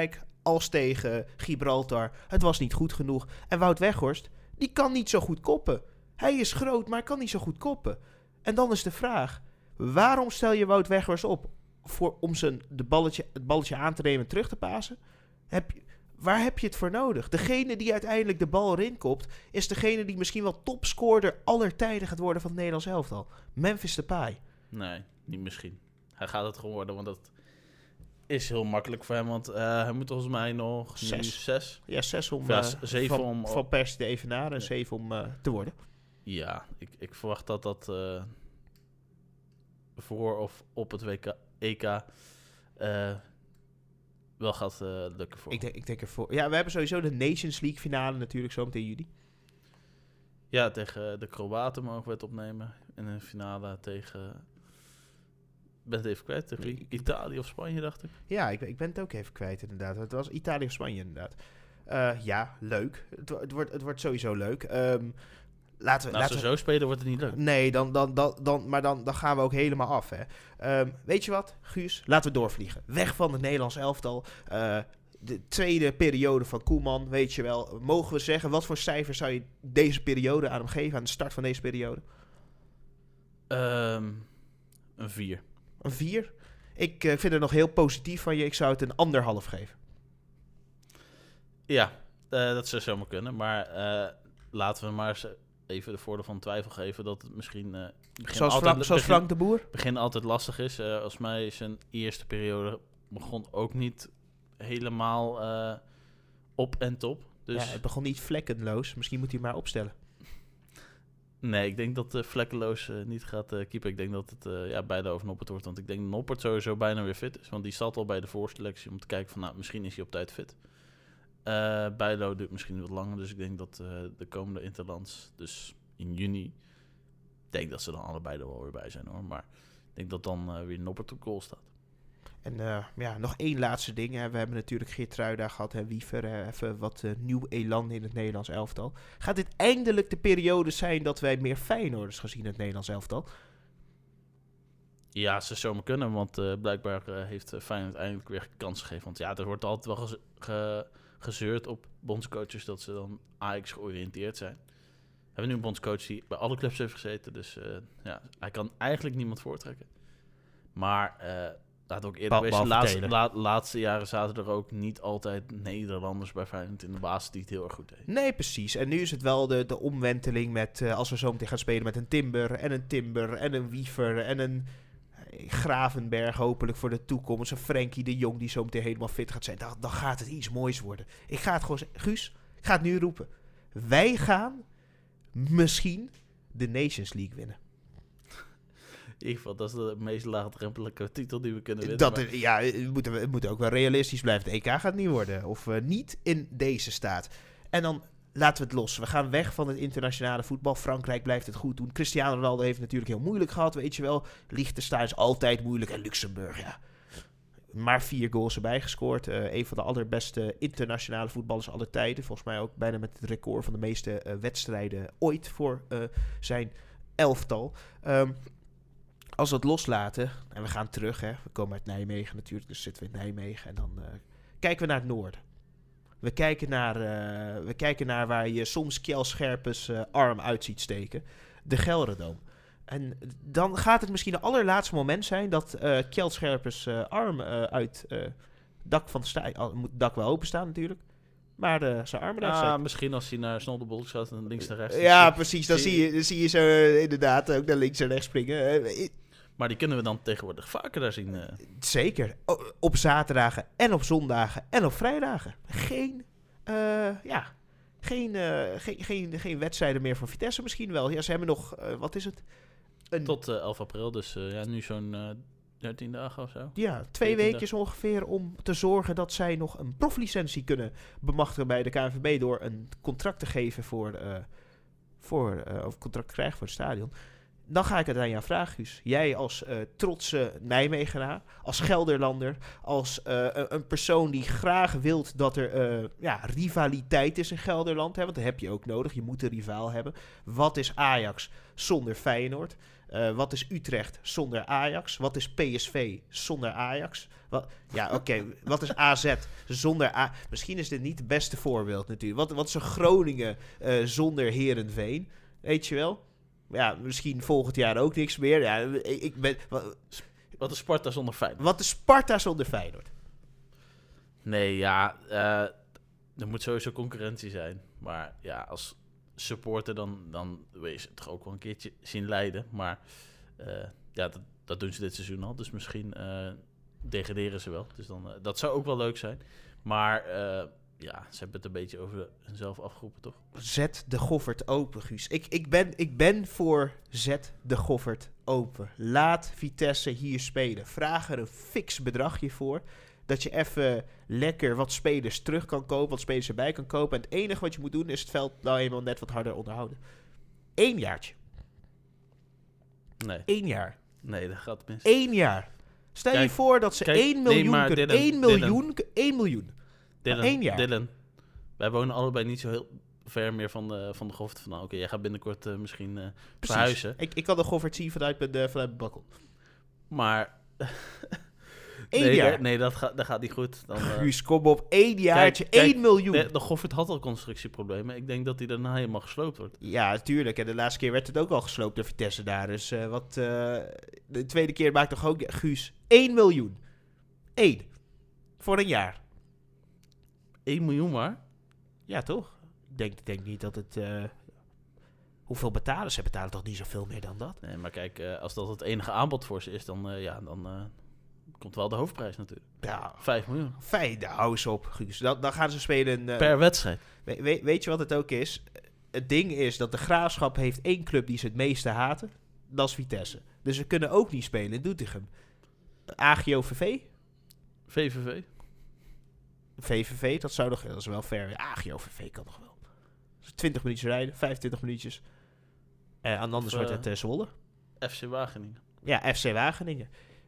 Speaker 1: als tegen Gibraltar. Het was niet goed genoeg. En Wout Weghorst, die kan niet zo goed koppen. Hij is groot, maar hij kan niet zo goed koppen. En dan is de vraag, waarom stel je Wout Weghorst op om het balletje aan te nemen en terug te pasen? Waar heb je het voor nodig? Degene die uiteindelijk de bal erin kopt, is degene die misschien wel topscorer aller tijden gaat worden van het Nederlands elftal. Memphis Depay.
Speaker 2: Nee, niet misschien. Hij gaat het gewoon worden, want dat is heel makkelijk voor hem. Want hij moet volgens mij nog 6.
Speaker 1: Ja, 6 om,
Speaker 2: Ja, 7
Speaker 1: van Persie te evenaren en 7 om te worden.
Speaker 2: Ja, ik verwacht dat voor of op het EK wel gaat lukken voor.
Speaker 1: Ik denk ervoor. Ja, we hebben sowieso de Nations League finale natuurlijk zo meteen juli.
Speaker 2: Ja, tegen de Kroaten mogen we het opnemen. En een finale tegen... Ik ben het even kwijt. Tegen wie? Italië of Spanje, dacht ik.
Speaker 1: Ja, ik ben het ook even kwijt inderdaad. Het was Italië of Spanje inderdaad. Ja, leuk. Het wordt sowieso leuk. Als
Speaker 2: we zo spelen, wordt het niet leuk.
Speaker 1: Nee, dan gaan we ook helemaal af. Hè. Weet je wat, Guus? Laten we doorvliegen. Weg van het Nederlands elftal. De tweede periode van Koeman, weet je wel. Mogen we zeggen, wat voor cijfer zou je deze periode aan hem geven? Aan de start van deze periode?
Speaker 2: Een 4.
Speaker 1: Een 4? Ik vind het nog heel positief van je. Ik zou het een 1,5 geven.
Speaker 2: Ja, dat zou zomaar kunnen. Maar laten we maar eens even de voordeel van twijfel geven dat het misschien...
Speaker 1: Zoals Frank de Boer?
Speaker 2: Begin altijd lastig is. Als mij zijn eerste periode begon ook niet helemaal op en top. Dus...
Speaker 1: Ja, het begon niet vlekkenloos. Misschien moet hij maar opstellen.
Speaker 2: Nee, ik denk dat vlekkeloos niet gaat keeper. Ik denk dat het Bijlo of Noppert wordt. Want ik denk dat Noppert sowieso bijna weer fit is. Want die zat al bij de voorselectie om te kijken van... misschien is hij op tijd fit. Bijlo duurt misschien wat langer. Dus ik denk dat de komende Interlands, dus in juni... Ik denk dat ze dan allebei er wel weer bij zijn hoor. Maar ik denk dat dan weer Noppert op goal staat.
Speaker 1: En nog één laatste ding. Hè. We hebben natuurlijk Geertruida gehad, hè, Wiever. Even wat nieuw elan in het Nederlands elftal. Gaat dit eindelijk de periode zijn dat wij meer Feyenoorders gaan zien in het Nederlands elftal?
Speaker 2: Ja, ze zomaar kunnen. Want blijkbaar heeft Feyenoord eindelijk weer kans gegeven. Want ja, er wordt altijd wel gezeurd op bondscoaches dat ze dan Ajax georiënteerd zijn. We hebben nu een bondscoach die bij alle clubs heeft gezeten. Dus hij kan eigenlijk niemand voortrekken. Maar... laat ook eerder wezen, laatste jaren zaten er ook niet altijd Nederlanders bij Feyenoord in de basis die het heel erg goed deden.
Speaker 1: Nee, precies. En nu is het wel de omwenteling met, als we zo meteen gaan spelen met een Timber en een Wiever en een Gravenberg hopelijk voor de toekomst. Een Frenkie de Jong die zo meteen helemaal fit gaat zijn. Dan gaat het iets moois worden. Ik ga het gewoon zeggen. Guus, ik ga het nu roepen. Wij gaan misschien de Nations League winnen.
Speaker 2: In ieder geval, dat is de meest laagdrempelige titel die we kunnen winnen.
Speaker 1: Het moet ook wel realistisch blijven. Het EK gaat niet worden. Of niet in deze staat. En dan laten we het los. We gaan weg van het internationale voetbal. Frankrijk blijft het goed doen. Cristiano Ronaldo heeft het natuurlijk heel moeilijk gehad, weet je wel. Liechtenstein is altijd moeilijk. En Luxemburg, ja. Maar 4 goals erbij gescoord. Een van de allerbeste internationale voetballers aller tijden. Volgens mij ook bijna met het record van de meeste wedstrijden ooit voor zijn elftal. Als we het loslaten, en we gaan terug, hè, we komen uit Nijmegen natuurlijk, dus zitten we in Nijmegen en dan kijken we naar het noorden. We kijken naar waar je soms Kjell Scherpes arm uit ziet steken, de Gelredome. En dan gaat het misschien het allerlaatste moment zijn dat Kjell Scherpes arm uit dak van de stadion, moet het dak wel openstaan natuurlijk, maar zijn arm eruit steken.
Speaker 2: Misschien als hij naar Snolderbolk gaat en links naar rechts.
Speaker 1: Ja, precies, dan zie je zo inderdaad ook naar links en rechts springen.
Speaker 2: Maar die kunnen we dan tegenwoordig vaker daar zien.
Speaker 1: Zeker. Op zaterdagen en op zondagen en op vrijdagen. Geen wedstrijden meer van Vitesse misschien wel. Ja, ze hebben nog, wat is het?
Speaker 2: Tot 11 april, dus nu zo'n 13 dagen of zo.
Speaker 1: Ja, 2 weekjes ongeveer om te zorgen dat zij nog een proflicentie kunnen bemachtigen bij de KNVB door een contract te geven of contract te krijgen voor het stadion. dan ga ik het aan jou vragen, Guus. Jij als trotse Nijmegenaar, als Gelderlander, als een persoon die graag wilt dat er rivaliteit is in Gelderland. Hè, want dat heb je ook nodig. Je moet een rivaal hebben. Wat is Ajax zonder Feyenoord? Wat is Utrecht zonder Ajax? Wat is PSV zonder Ajax? Wat is AZ zonder Ajax? Misschien is dit niet het beste voorbeeld natuurlijk. Wat is een Groningen zonder Heerenveen? Weet je wel? Ja, misschien volgend jaar ook niks meer. Ja,
Speaker 2: Wat is Sparta zonder Feyenoord?
Speaker 1: Wat is Sparta zonder Feyenoord?
Speaker 2: Nee, ja, er moet sowieso concurrentie zijn. Maar ja, als supporter dan wil je ze toch ook wel een keertje zien leiden. Maar dat doen ze dit seizoen al. Dus misschien degraderen ze wel. Dus dan, dat zou ook wel leuk zijn. Maar ze hebben het een beetje over hunzelf afgeroepen, toch?
Speaker 1: Zet de Goffert open, Guus. Ik ben voor zet de Goffert open. Laat Vitesse hier spelen. Vraag er een fix bedragje voor. Dat je even lekker wat spelers terug kan kopen. Wat spelers erbij kan kopen. En het enige wat je moet doen is het veld nou eenmaal net wat harder onderhouden. 1 jaartje.
Speaker 2: Nee.
Speaker 1: 1 jaar.
Speaker 2: Nee, dat gaat mis.
Speaker 1: 1 jaar. Stel je voor dat ze 1 miljoen kunnen. 1 miljoen. 1 miljoen.
Speaker 2: Dylan,
Speaker 1: 1 jaar.
Speaker 2: Dylan, wij wonen allebei niet zo heel ver meer van de Goffert vandaan. Oké, jij gaat binnenkort misschien verhuizen.
Speaker 1: Ik kan de Goffert zien vanuit mijn bakkel.
Speaker 2: Maar
Speaker 1: 1 jaar.
Speaker 2: Nee, dat gaat niet goed.
Speaker 1: Guus, kom op. 1 jaartje. 1 miljoen.
Speaker 2: De Goffert had al constructieproblemen. Ik denk dat hij daarna helemaal gesloopt wordt.
Speaker 1: Ja, natuurlijk. En de laatste keer werd het ook al gesloopt door Vitesse daar. Dus de tweede keer maakt toch ook Guus 1 miljoen. 1. Voor een jaar.
Speaker 2: 1 miljoen maar?
Speaker 1: Ja, toch? Ik denk niet dat het... Hoeveel betalen ze? Betalen toch niet zoveel meer dan dat?
Speaker 2: Nee, maar kijk, als dat het enige aanbod voor ze is, dan komt wel de hoofdprijs natuurlijk.
Speaker 1: Ja,
Speaker 2: 5 miljoen.
Speaker 1: Fijn, hou eens op, Guus. Dan gaan ze spelen...
Speaker 2: per wedstrijd.
Speaker 1: Weet je wat het ook is? Het ding is dat de Graafschap heeft 1 club die ze het meeste haten. Dat is Vitesse. Dus ze kunnen ook niet spelen in Doetinchem. AGOVV?
Speaker 2: VVV?
Speaker 1: VVV, dat is wel fair. AGOVV kan nog wel. Dus 20 minuutjes rijden, 25 minuutjes. En anders wordt het Zwolle.
Speaker 2: FC Wageningen.
Speaker 1: Ja, FC Wageningen.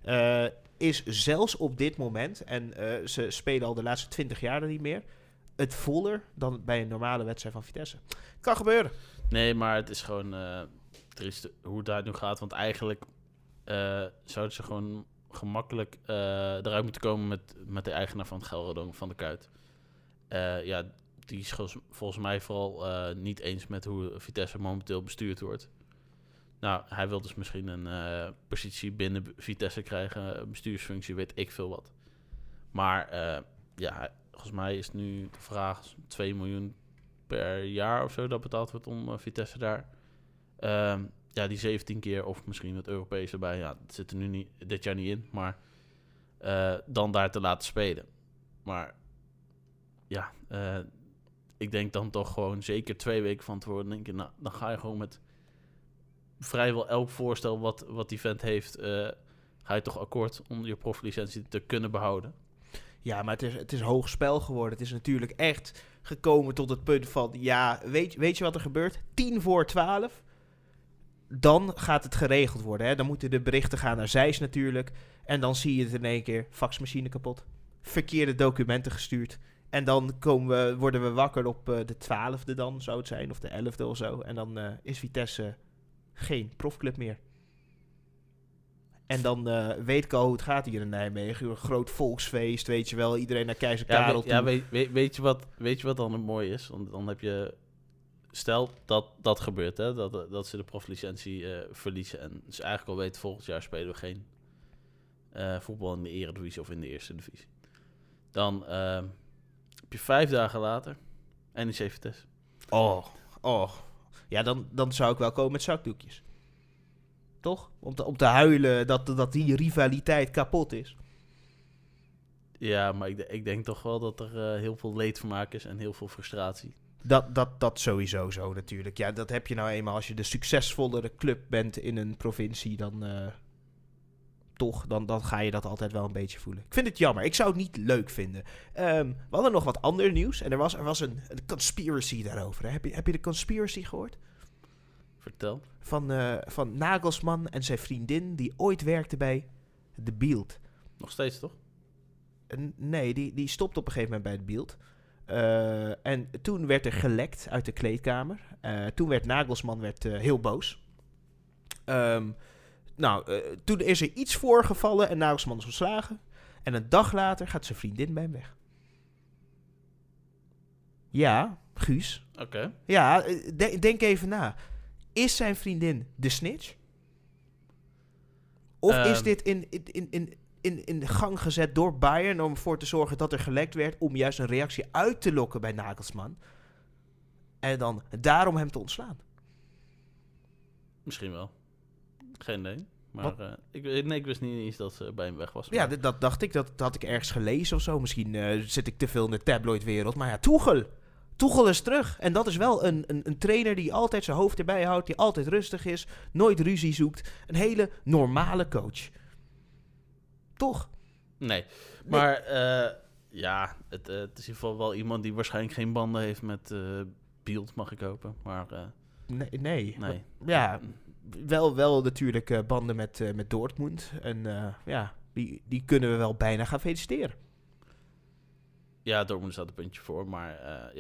Speaker 1: Is zelfs op dit moment, en ze spelen al de laatste 20 jaar er niet meer, het voller dan bij een normale wedstrijd van Vitesse. Kan gebeuren.
Speaker 2: Nee, maar het is gewoon triest hoe het daar nu gaat. Want eigenlijk zouden ze gewoon gemakkelijk eruit moeten komen met de eigenaar van het Gelredome, van de Kuit. Die is volgens mij vooral niet eens met hoe Vitesse momenteel bestuurd wordt. Nou, hij wil dus misschien een positie binnen Vitesse krijgen, een bestuursfunctie, weet ik veel wat. Maar volgens mij is nu de vraag 2 miljoen per jaar of zo dat betaald wordt om Vitesse daar. Die 17 keer of misschien het Europees erbij. Ja, dat zit er nu niet, dit jaar niet in, maar dan daar te laten spelen. Maar ik denk dan toch gewoon zeker 2 weken van tevoren denk je, nou, dan ga je gewoon met vrijwel elk voorstel wat die vent heeft, ga je toch akkoord om je proflicentie te kunnen behouden.
Speaker 1: Ja, maar het is hoog spel geworden. Het is natuurlijk echt gekomen tot het punt van, weet je wat er gebeurt? 11:50, dan gaat het geregeld worden. Hè? Dan moeten de berichten gaan naar Zeist natuurlijk. En dan zie je het in één keer, faxmachine kapot. Verkeerde documenten gestuurd. En dan worden we wakker op de 12e dan, zou het zijn. Of de 11e of zo. En dan is Vitesse geen profclub meer. En dan weet ik al hoe het gaat hier in Nijmegen. Een groot volksfeest, weet je wel. Iedereen naar Keizer Karel toe.
Speaker 2: Weet je wat dan mooi is? Want dan heb je... Stel dat gebeurt, hè, dat ze de proflicentie verliezen. En ze eigenlijk al weten, volgend jaar spelen we geen voetbal in de Eredivisie of in de Eerste Divisie. Dan heb je 5 dagen later NEC Vitesse.
Speaker 1: Oh. Ja, dan zou ik wel komen met zakdoekjes. Toch? Om te huilen dat die rivaliteit kapot is.
Speaker 2: Ja, maar ik denk toch wel dat er heel veel leedvermaak is en heel veel frustratie.
Speaker 1: Dat sowieso zo natuurlijk. Ja, dat heb je nou eenmaal als je de succesvollere club bent in een provincie. Dan ga je dat altijd wel een beetje voelen. Ik vind het jammer. Ik zou het niet leuk vinden. We hadden nog wat ander nieuws. En er was een conspiracy daarover. Hè? Heb je de conspiracy gehoord?
Speaker 2: Vertel.
Speaker 1: Van Nagelsman en zijn vriendin die ooit werkte bij de Bild.
Speaker 2: Nog steeds, toch?
Speaker 1: Nee, die stopt op een gegeven moment bij het Bild. En toen werd er gelekt uit de kleedkamer. Toen werd Nagelsman heel boos. Toen is er iets voorgevallen en Nagelsman is ontslagen. En een dag later gaat zijn vriendin bij hem weg. Ja, Guus.
Speaker 2: Oké.
Speaker 1: Ja, denk even na. Is zijn vriendin de snitch? Of is dit in gang gezet door Bayern om ervoor te zorgen dat er gelekt werd om juist een reactie uit te lokken bij Nagelsman en dan daarom hem te ontslaan?
Speaker 2: Misschien wel. Geen idee. Maar ik wist niet eens dat ze bij hem weg was.
Speaker 1: Ja, dat dacht ik. Dat had ik ergens gelezen of zo. Misschien zit ik te veel in de tabloidwereld. Maar ja, Tuchel is terug. En dat is wel een trainer die altijd zijn hoofd erbij houdt. Die altijd rustig is. Nooit ruzie zoekt. Een hele normale coach. Toch?
Speaker 2: Nee. Maar het is in ieder geval wel iemand die waarschijnlijk geen banden heeft met Bild, mag ik hopen. Maar
Speaker 1: Nee.
Speaker 2: nee.
Speaker 1: Ja, wel natuurlijk banden met Dortmund. En die kunnen we wel bijna gaan feliciteren.
Speaker 2: Ja, Dortmund staat een puntje voor, maar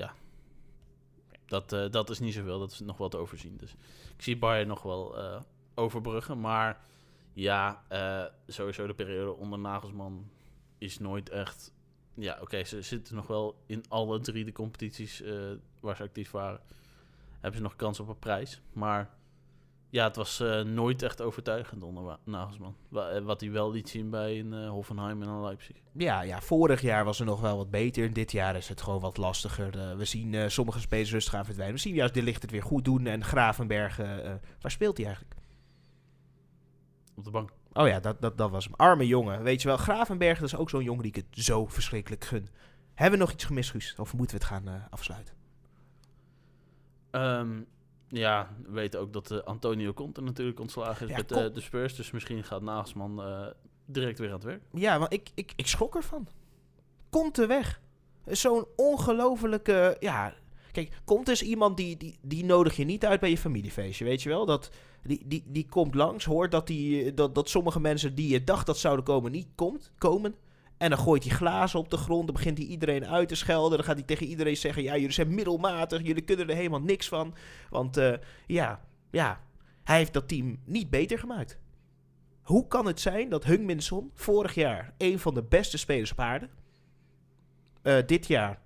Speaker 2: dat is niet zoveel. Dat is nog wel te overzien. Dus ik zie Bayern nog wel overbruggen. Maar ja, sowieso de periode onder Nagelsman is nooit echt... Ja, oké, ze zitten nog wel in alle 3 de competities waar ze actief waren. Hebben ze nog kans op een prijs. Maar ja, het was nooit echt overtuigend onder Nagelsman. Wat hij wel liet zien bij een Hoffenheim en een Leipzig. Ja,
Speaker 1: vorig jaar was er nog wel wat beter. Dit jaar is het gewoon wat lastiger. We zien sommige spelers rustig gaan verdwijnen. We zien juist De Ligt het weer goed doen. En Gravenberg, waar speelt hij eigenlijk?
Speaker 2: Op de bank.
Speaker 1: Oh ja, dat was hem. Arme jongen. Weet je wel, Gravenberg, dat is ook zo'n jongen die ik het zo verschrikkelijk gun. Hebben we nog iets gemist, Guus? Of moeten we het gaan afsluiten?
Speaker 2: Ja, we weten ook dat Antonio Conte natuurlijk ontslagen is met de Spurs. Dus misschien gaat Nagelsman direct weer aan het werk. Ja, maar ik schrok ervan. Conte weg. Zo'n ongelofelijke... Ja, kijk, Conte is iemand die nodig je niet uit bij je familiefeestje, weet je wel? Die komt langs, hoort dat sommige mensen die je dacht dat zouden komen niet komen. En dan gooit hij glazen op de grond. Dan begint hij iedereen uit te schelden. Dan gaat hij tegen iedereen zeggen... Ja, jullie zijn middelmatig. Jullie kunnen er helemaal niks van. Want hij heeft dat team niet beter gemaakt. Hoe kan het zijn dat Heung-min Son vorig jaar... een van de beste spelers op aarde... dit jaar...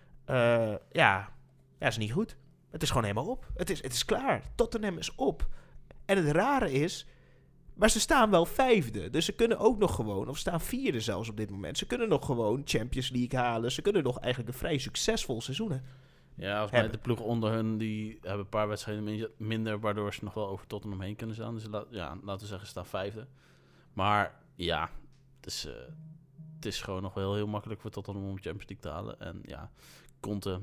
Speaker 2: is niet goed. Het is gewoon helemaal op. Het is klaar. Tottenham is op. En het rare is... Maar ze staan wel 5e. Dus ze kunnen ook nog gewoon... Of staan 4e zelfs op dit moment. Ze kunnen nog gewoon Champions League halen. Ze kunnen nog eigenlijk een vrij succesvol seizoen hebben. Ja, als mij de ploeg onder hun... Die hebben een paar wedstrijden minder... Waardoor ze nog wel over Tottenham heen kunnen staan. Dus laten we zeggen, ze staan 5e. Maar ja... Het is gewoon nog wel heel makkelijk voor Tottenham om Champions League te halen. En ja, Conte...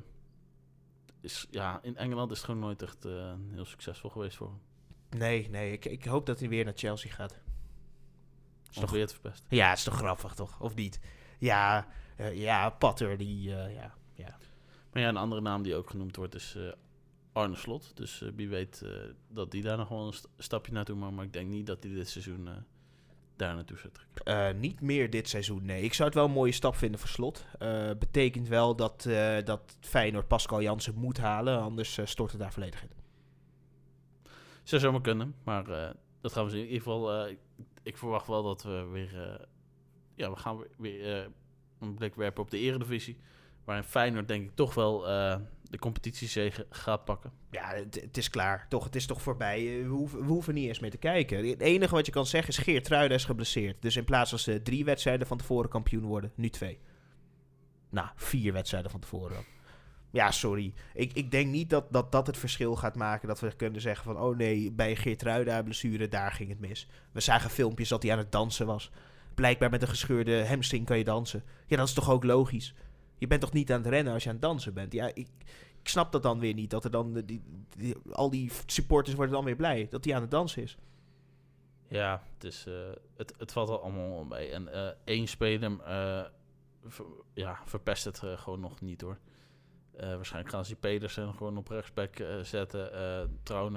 Speaker 2: in Engeland is het gewoon nooit echt heel succesvol geweest voor hem. Nee, ik hoop dat hij weer naar Chelsea gaat. Is toch weer het verpest? Ja, het is toch grappig, toch? Of niet? Ja, Potter, ja. Maar ja, een andere naam die ook genoemd wordt is Arne Slot. Dus wie weet dat die daar nog wel een stapje naartoe mag. Maar ik denk niet dat hij dit seizoen daar naartoe zou trekken. Niet meer dit seizoen, nee. Ik zou het wel een mooie stap vinden voor Slot. Betekent wel dat Feyenoord Pascal Jansen moet halen. Anders stort het daar volledig in. Zou zomaar kunnen, maar dat gaan we zien. In ieder geval, ik verwacht wel dat we weer... we gaan weer een blik werpen op de Eredivisie. Waarin Feyenoord denk ik toch wel de competitiezege gaat pakken. Ja, het is klaar. Het is toch voorbij. We hoeven niet eens meer te kijken. Het enige wat je kan zeggen is Geertruida is geblesseerd. Dus in plaats van ze 3 wedstrijden van tevoren kampioen worden, nu 2. 4 wedstrijden van tevoren dan. Ja, sorry. Ik denk niet dat het verschil gaat maken. Dat we kunnen zeggen van... Oh nee, bij Geertruida blessure, daar ging het mis. We zagen filmpjes dat hij aan het dansen was. Blijkbaar met een gescheurde hamstring kan je dansen. Ja, dat is toch ook logisch? Je bent toch niet aan het rennen als je aan het dansen bent? Ja, ik snap dat dan weer niet. Dat er dan... al die supporters worden dan weer blij. Dat hij aan het dansen is. Ja, het valt al allemaal mee. En 1 speler... verpest het gewoon nog niet hoor. Waarschijnlijk gaan ze Pedersen gewoon op rechtsback zetten. Trauner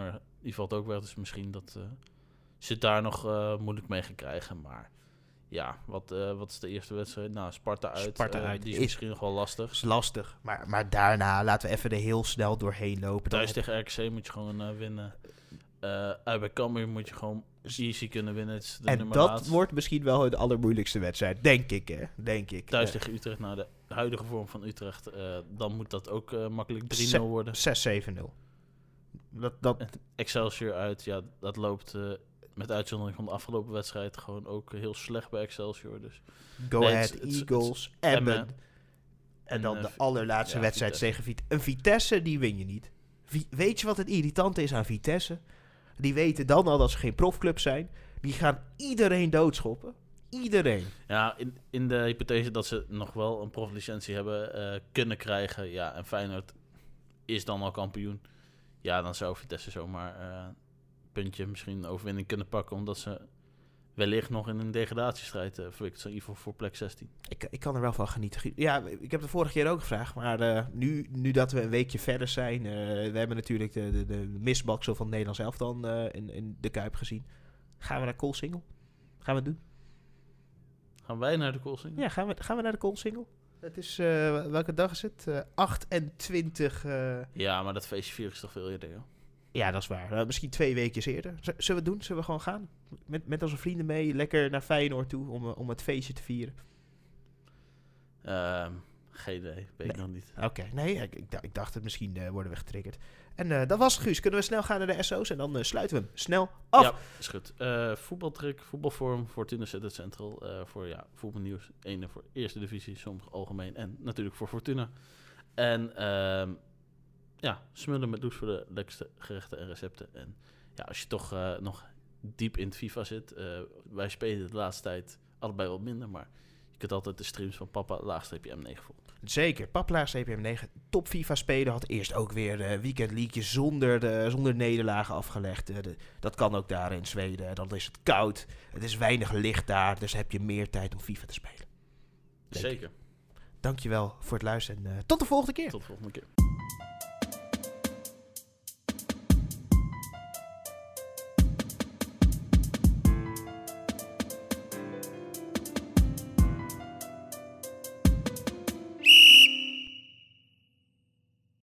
Speaker 2: die valt ook weg. Dus misschien dat ze het daar nog moeilijk mee gaan krijgen. Maar ja, wat is de eerste wedstrijd? Nou, Sparta uit.
Speaker 1: Sparta uit.
Speaker 2: Die is misschien nog wel lastig.
Speaker 1: is lastig. Maar daarna laten we even er heel snel doorheen lopen.
Speaker 2: Thuis tegen RKC moet je gewoon winnen. Uit bij Cambuur moet je gewoon easy kunnen winnen. Het is de
Speaker 1: en dat wordt misschien wel de allermoeilijkste wedstrijd. Denk ik, hè. Denk ik.
Speaker 2: Thuis tegen Utrecht, nou de huidige vorm van Utrecht. Dan moet dat ook makkelijk 3-0 worden.
Speaker 1: 6-7-0. Dat...
Speaker 2: Excelsior uit, ja, dat loopt met uitzondering van de afgelopen wedstrijd gewoon ook heel slecht bij Excelsior. Dus.
Speaker 1: Go Ahead Eagles, Emmen. En dan de allerlaatste wedstrijd
Speaker 2: Vitesse.
Speaker 1: tegen Vitesse. Een Vitesse, die win je niet. Weet je wat het irritante is aan Vitesse? Die weten dan al dat ze geen profclub zijn. Die gaan iedereen doodschoppen. Iedereen.
Speaker 2: Ja, in de hypothese dat ze nog wel een proflicentie hebben kunnen krijgen. Ja, en Feyenoord is dan al kampioen. Ja, dan zou Vitesse zomaar een puntje misschien een overwinning kunnen pakken. Omdat ze wellicht nog in een degradatiestrijd verwikkeld zijn. In ieder geval voor plek 16.
Speaker 1: Ik kan er wel van genieten. Ja, ik heb de vorige keer ook gevraagd. Maar nu dat we een weekje verder zijn. We hebben natuurlijk de misbaksel van het Nederlands elftal in de Kuip gezien. Gaan we naar Koolsingel? Gaan we het doen?
Speaker 2: Gaan wij naar de Koolsingel?
Speaker 1: Ja, gaan we naar de Koolsingel? Het is, welke dag is het? 28...
Speaker 2: Ja, maar dat feestje vieren is toch veel eerder, joh.
Speaker 1: Ja, dat is waar. Misschien 2 weekjes eerder. Zullen we het doen? Zullen we gewoon gaan? Met onze vrienden mee, lekker naar Feyenoord toe om het feestje te vieren.
Speaker 2: Geen idee, weet ik nog niet.
Speaker 1: Oké, nee, ik dacht het misschien worden we getriggerd. En dat was het, Guus. Kunnen we snel gaan naar de SO's en dan sluiten we hem snel af.
Speaker 2: Ja, is goed. Voetbaltrick, voetbalvorm, Fortuna zit het centraal voor voetbalnieuws. Ene voor eerste divisie, soms algemeen en natuurlijk voor Fortuna. En smullen met Loes voor de lekkerste gerechten en recepten. En ja, als je toch nog diep in het FIFA zit, wij spelen de laatste tijd allebei wat minder, maar je kunt altijd de streams van Papa _M9 volgen.
Speaker 1: Zeker, Papa _M9, top FIFA spelen, had eerst ook weer weekend league zonder nederlagen afgelegd. Dat kan ook daar in Zweden. Dan is het koud, het is weinig licht daar, dus heb je meer tijd om FIFA te spelen.
Speaker 2: Zeker.
Speaker 1: Dankjewel voor het luisteren en tot de volgende keer.
Speaker 2: Tot de volgende keer.